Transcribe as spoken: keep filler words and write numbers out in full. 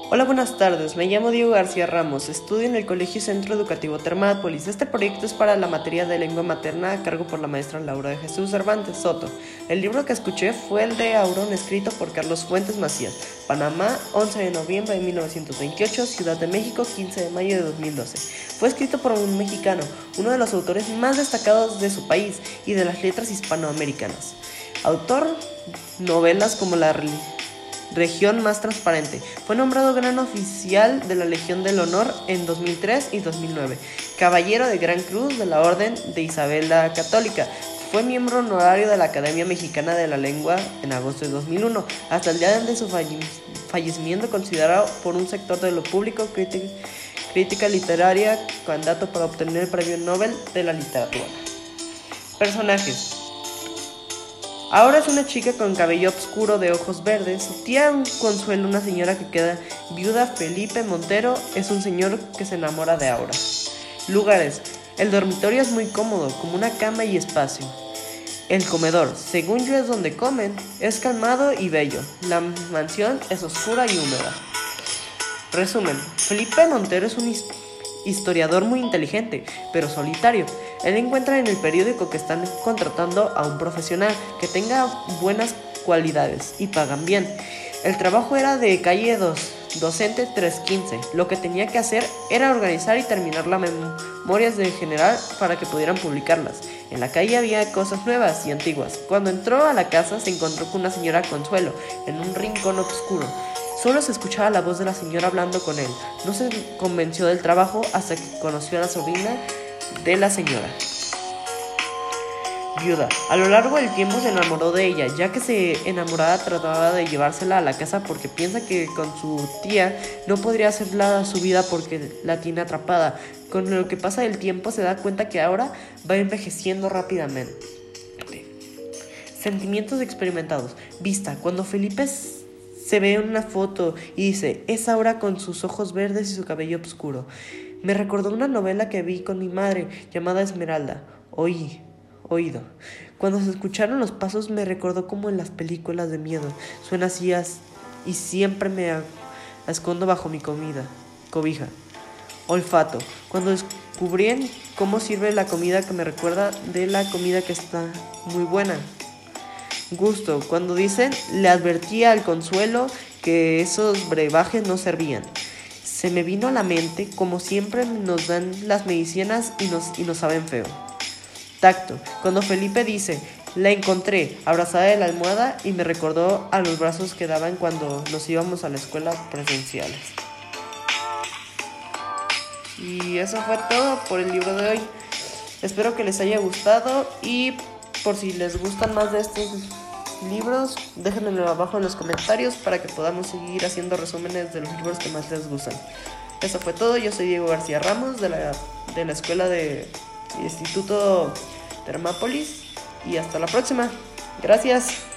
Hola, buenas tardes. Me llamo Diego García Ramos. Estudio en el Colegio Centro Educativo Termápolis. Este proyecto es para la materia de lengua materna a cargo por la maestra Laura de Jesús Cervantes Soto. El libro que escuché fue el de Aurón, escrito por Carlos Fuentes Macías. Panamá, once de noviembre de mil novecientos veintiocho, Ciudad de México, quince de mayo de dos mil doce. Fue escrito por un mexicano, uno de los autores más destacados de su país y de las letras hispanoamericanas. Autor novelas como La Región Más Transparente. Fue nombrado Gran Oficial de la Legión del Honor en dos mil tres y dos mil nueve. Caballero de Gran Cruz de la Orden de Isabel la Católica. Fue miembro honorario de la Academia Mexicana de la Lengua en agosto de dos mil uno, hasta el día de su falle- fallecimiento, considerado por un sector de lo público crítica, crítica literaria candidato para obtener el Premio Nobel de la Literatura. Personajes. Ahora es una chica con cabello oscuro de ojos verdes. Su tía Consuelo, una señora que queda viuda. Felipe Montero es un señor que se enamora de Aura. Lugares. El dormitorio es muy cómodo, como una cama y espacio. El comedor, según yo, es donde comen. Es calmado y bello. La mansión es oscura y húmeda. Resumen. Felipe Montero es un his- historiador muy inteligente, pero solitario. Él encuentra en el periódico que están contratando a un profesional que tenga buenas cualidades y pagan bien. El trabajo era de calle dos, docente trescientos quince. Lo que tenía que hacer era organizar y terminar las memorias de general para que pudieran publicarlas. En la calle había cosas nuevas y antiguas. Cuando entró a la casa se encontró con una señora Consuelo en un rincón oscuro. Solo se escuchaba la voz de la señora hablando con él. No se convenció del trabajo hasta que conoció a la sobrina de la señora. Viuda. A lo largo del tiempo se enamoró de ella, ya que se enamorada trataba de llevársela a la casa porque piensa que con su tía no podría hacerla su vida porque la tiene atrapada. Con lo que pasa del tiempo se da cuenta que ahora va envejeciendo rápidamente. Sentimientos experimentados. Vista. Cuando Felipe se ve en una foto y dice, es Aura con sus ojos verdes y su cabello oscuro. Me recordó una novela que vi con mi madre llamada Esmeralda. Oí, oído. Cuando se escucharon los pasos me recordó como en las películas de miedo. Suena así y siempre me escondo bajo mi comida, cobija. Olfato. Cuando descubrí cómo sirve la comida que me recuerda de la comida que está muy buena. Gusto. Cuando dicen, le advertí al Consuelo que esos brebajes no servían. Se me vino a la mente, como siempre nos dan las medicinas y nos, y nos saben feo. Tacto. Cuando Felipe dice, la encontré abrazada de la almohada y me recordó a los brazos que daban cuando nos íbamos a la escuela presenciales. Y eso fue todo por el libro de hoy. Espero que les haya gustado y por si les gustan más de estos libros, déjenmelo abajo en los comentarios para que podamos seguir haciendo resúmenes de los libros que más les gustan. Eso fue todo. Yo soy Diego García Ramos de la, de la escuela de Instituto Termápolis y hasta la próxima. Gracias.